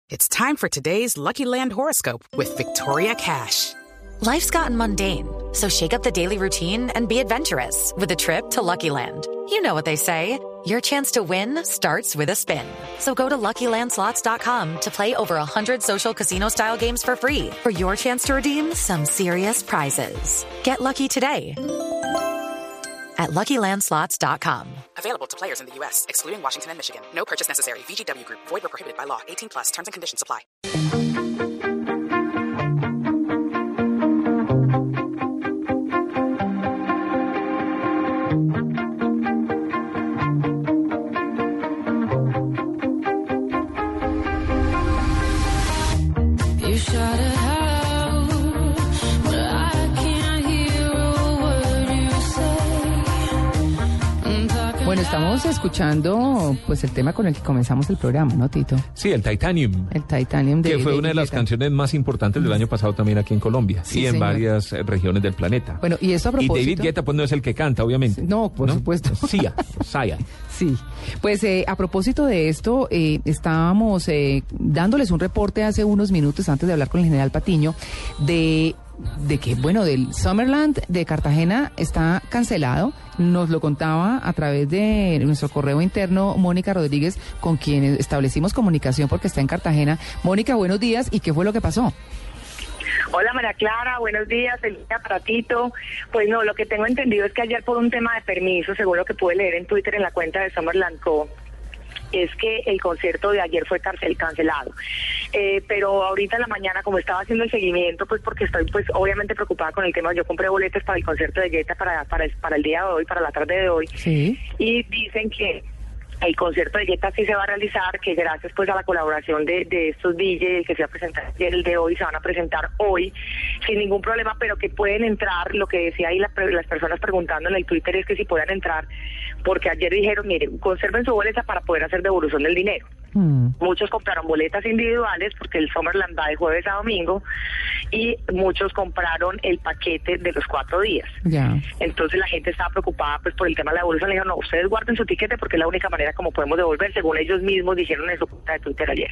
It's time for today's Lucky Land horoscope with Victoria Cash. Life's gotten mundane, so shake up the daily routine and be adventurous with a trip to Lucky Land. You know what they say, your chance to win starts with a spin. So go to LuckyLandSlots.com to play over 100 social casino-style games for free for your chance to redeem some serious prizes. Get lucky today at LuckyLandSlots.com. Available to players in the U.S., excluding Washington and Michigan. No purchase necessary. VGW Group. Void or prohibited by law. 18+. Terms and conditions apply. You shot it out, but I can't hear a word you say. Bueno, estamos escuchando pues el tema con el que comenzamos el programa, ¿no, Tito? Sí, el Titanium. El Titanium de... Que fue una de las canciones más importantes del año pasado también aquí en Colombia. Sí, y en señor. varias regiones del planeta. Bueno, y eso a Y propósito... David Guetta pues no es el que canta, obviamente. No, por supuesto. Sia. Sí, pues a propósito de esto, estábamos dándoles un reporte hace unos minutos antes de hablar con el general Patiño de que, bueno, del Summerland de Cartagena está cancelado. Nos lo contaba a través de nuestro correo interno Mónica Rodríguez, con quien establecimos comunicación porque está en Cartagena. Mónica, buenos días. ¿Y qué fue lo que pasó? Hola María Clara, buenos días, feliz día para Tito. Pues no, lo que tengo entendido es que ayer por un tema de permiso, según lo que pude leer en Twitter en la cuenta de Summerland Co., es que el concierto de ayer fue cancelado. Pero ahorita en la mañana, como estaba haciendo el seguimiento, pues porque estoy pues obviamente preocupada con el tema, yo compré boletos para el concierto de Guetta para el día de hoy, para la tarde de hoy, Sí. y dicen que el concierto de Guetta sí se va a realizar, que gracias pues a la colaboración de estos DJs que se va a presentar ayer, el de hoy, se van a presentar hoy sin ningún problema, pero que pueden entrar. Lo que decía ahí las personas preguntando en el Twitter es que si puedan entrar, porque ayer dijeron, miren, conserven su boleta para poder hacer devolución del dinero. Muchos compraron boletas individuales porque el Summerland va de jueves a domingo, y muchos compraron el paquete de los 4 días. Ya. Entonces la gente estaba preocupada pues por el tema de la devolución. Le dijeron, no, ustedes guarden su tiquete porque es la única manera como podemos devolver, según ellos mismos dijeron en su cuenta de Twitter ayer.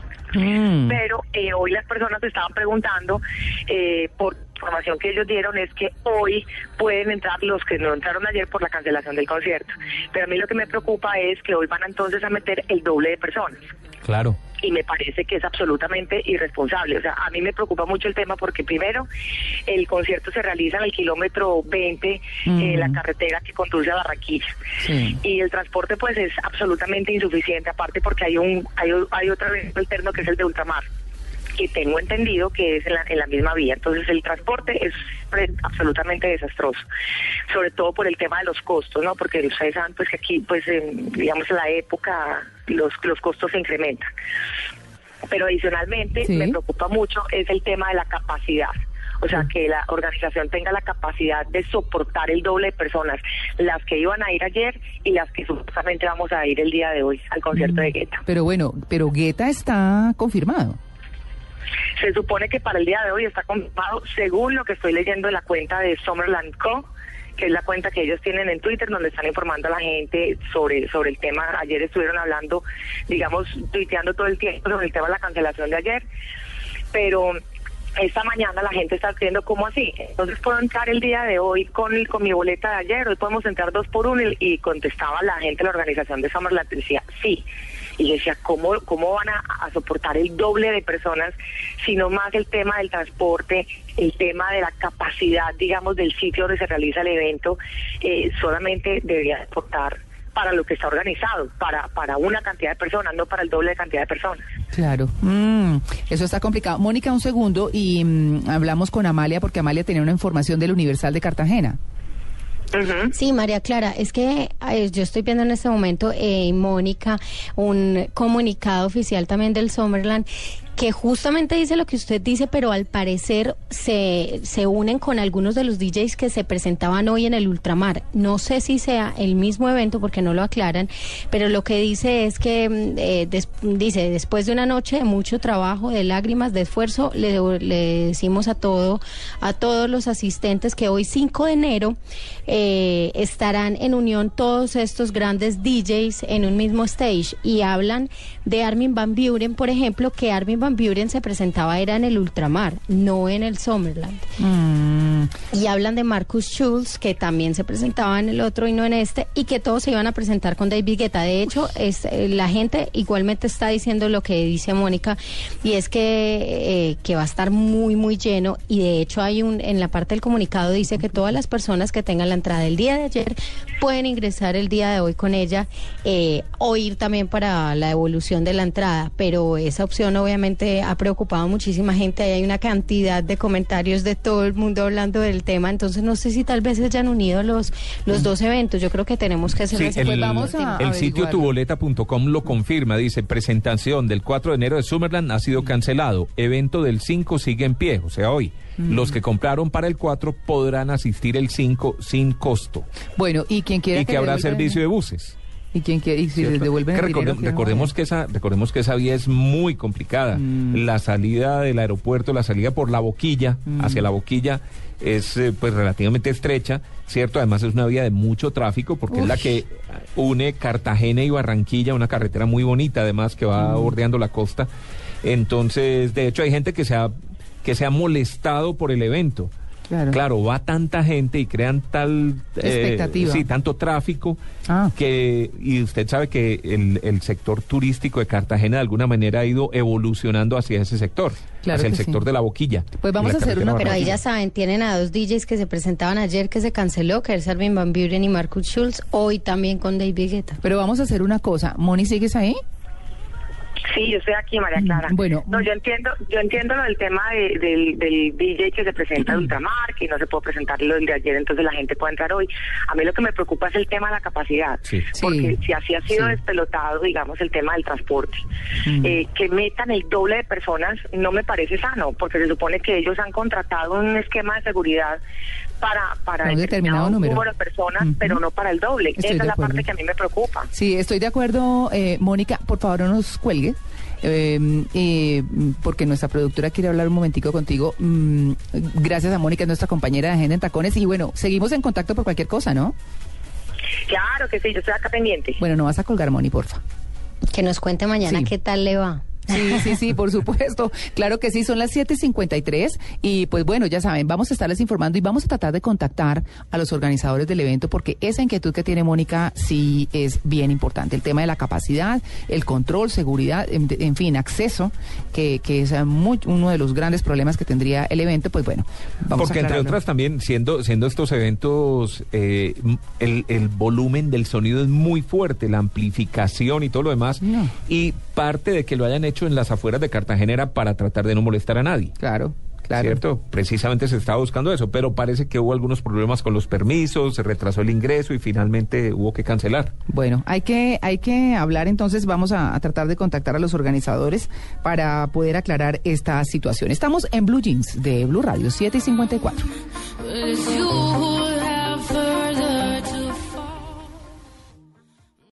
Pero hoy las personas estaban preguntando, por información que ellos dieron, es que hoy pueden entrar los que no entraron ayer por la cancelación del concierto. Pero a mí lo que me preocupa es que hoy van entonces a meter el doble de personas. Claro. Y me parece que es absolutamente irresponsable. O sea, a mí me preocupa mucho el tema porque primero, el concierto se realiza en el kilómetro 20, la carretera que conduce a Barranquilla. Sí. Y el transporte pues es absolutamente insuficiente, aparte porque hay otro evento alterno que es el de ultramar, que tengo entendido que es en la misma vía. Entonces el transporte es absolutamente desastroso, sobre todo por el tema de los costos, ¿no? Porque ustedes saben pues que aquí pues digamos en la época los costos se incrementan. Pero adicionalmente Sí. me preocupa mucho es el tema de la capacidad. O sea, que la organización tenga la capacidad de soportar el doble de personas, las que iban a ir ayer y las que supuestamente vamos a ir el día de hoy al concierto de Guetta. Pero bueno, pero Guetta está confirmado. Se supone que para el día de hoy está confirmado, según lo que estoy leyendo en la cuenta de Summerland Co., que es la cuenta que ellos tienen en Twitter, donde están informando a la gente sobre el tema. Ayer estuvieron hablando, digamos, tuiteando todo el tiempo sobre el tema de la cancelación de ayer, pero esta mañana la gente está diciendo, ¿cómo así? Entonces puedo entrar el día de hoy con mi boleta de ayer, hoy podemos entrar 2 por 1, y contestaba la gente, la organización de Summerland decía, sí. Y yo decía, ¿cómo van a soportar el doble de personas, sino más el tema del transporte, el tema de la capacidad, digamos, del sitio donde se realiza el evento? Solamente debería soportar para lo que está organizado, para una cantidad de personas, no para el doble de cantidad de personas. Claro, eso está complicado. Mónica, un segundo, y hablamos con Amalia, porque Amalia tenía una información del Universal de Cartagena. Uh-huh. Sí, María Clara, es que yo estoy viendo en este momento, Mónica, un comunicado oficial también del Summerland, que justamente dice lo que usted dice, pero al parecer se unen con algunos de los DJs que se presentaban hoy en el Ultramar. No sé si sea el mismo evento porque no lo aclaran, pero lo que dice es que, dice, después de una noche de mucho trabajo, de lágrimas, de esfuerzo, le decimos a todos los asistentes que hoy 5 de enero estarán en unión todos estos grandes DJs en un mismo stage, y hablan de Armin van Buuren, por ejemplo, que Armin van Buuren se presentaba era en el Ultramar, no en el Summerland. Y hablan de Marcus Schulz, que también se presentaba en el otro y no en este, y que todos se iban a presentar con David Guetta. De hecho, la gente igualmente está diciendo lo que dice Mónica, y es que va a estar muy, muy lleno, y de hecho hay en la parte del comunicado dice que todas las personas que tengan la entrada el día de ayer pueden ingresar el día de hoy con ella, o ir también para la devolución de la entrada, pero esa opción obviamente ha preocupado a muchísima gente. Ahí hay una cantidad de comentarios de todo el mundo hablando del tema, entonces no sé si tal vez se hayan unido los dos eventos. Yo creo que tenemos que hacer Sí, el sitio tuboleta.com lo confirma, dice: presentación del 4 de enero de Summerland ha sido cancelado, evento del 5 sigue en pie, o sea, hoy. Los que compraron para el 4 podrán asistir el 5 sin costo. Bueno, y quien quiera y que habrá servicio de buses. Y quien quiera, y si les devuelven el dinero, recordemos que esa vía es muy complicada. La salida del aeropuerto, la salida por La Boquilla, hacia La Boquilla, es pues relativamente estrecha, ¿cierto? Además es una vía de mucho tráfico porque es la que une Cartagena y Barranquilla, una carretera muy bonita además que va bordeando la costa. Entonces, de hecho hay gente que se ha molestado por el evento. Claro, va tanta gente y crean tal expectativa, tanto tráfico, y usted sabe que el sector turístico de Cartagena de alguna manera ha ido evolucionando hacia ese sector, hacia el sector de La Boquilla. Pues vamos a hacer una, pero ahí ya saben, tienen a 2 DJs que se presentaban ayer que se canceló, que es Armin van Buuren y Marcus Schulz, hoy también con David Guetta. Pero vamos a hacer una cosa, Moni, ¿sigues ahí? Sí, yo estoy aquí, María Clara. Bueno, no, yo entiendo lo del tema del DJ que se presenta en Ultramar, que no se puede presentar lo de ayer, entonces la gente puede entrar hoy. A mí lo que me preocupa es el tema de la capacidad, porque si así ha sido despelotado, digamos, el tema del transporte, que metan el doble de personas no me parece sano, porque se supone que ellos han contratado un esquema de seguridad para un determinado número de personas, pero no para el doble. Esa es la parte que a mí me preocupa. Sí, estoy de acuerdo, Mónica, por favor no nos cuelgue, porque nuestra productora quiere hablar un momentico contigo. Gracias a Mónica, es nuestra compañera de Agenda en Tacones, y bueno, seguimos en contacto por cualquier cosa, ¿no? Claro que sí, yo estoy acá pendiente. Bueno, no vas a colgar, Moni, porfa. Que nos cuente mañana qué tal le va. Sí, por supuesto. Claro que sí, son las 7:53 y pues bueno, ya saben, vamos a estarles informando y vamos a tratar de contactar a los organizadores del evento porque esa inquietud que tiene Mónica sí es bien importante. El tema de la capacidad, el control, seguridad, en fin, acceso, que es uno de los grandes problemas que tendría el evento, pues bueno, vamos porque a entre otras también, siendo estos eventos, el volumen del sonido es muy fuerte, la amplificación y todo lo demás, y parte de que lo hayan hecho en las afueras de Cartagena era para tratar de no molestar a nadie. Claro. ¿Cierto? Precisamente se estaba buscando eso, pero parece que hubo algunos problemas con los permisos, se retrasó el ingreso y finalmente hubo que cancelar. Bueno, hay que hablar entonces, vamos a tratar de contactar a los organizadores para poder aclarar esta situación. Estamos en Blue Jeans de Blue Radio, 7:54.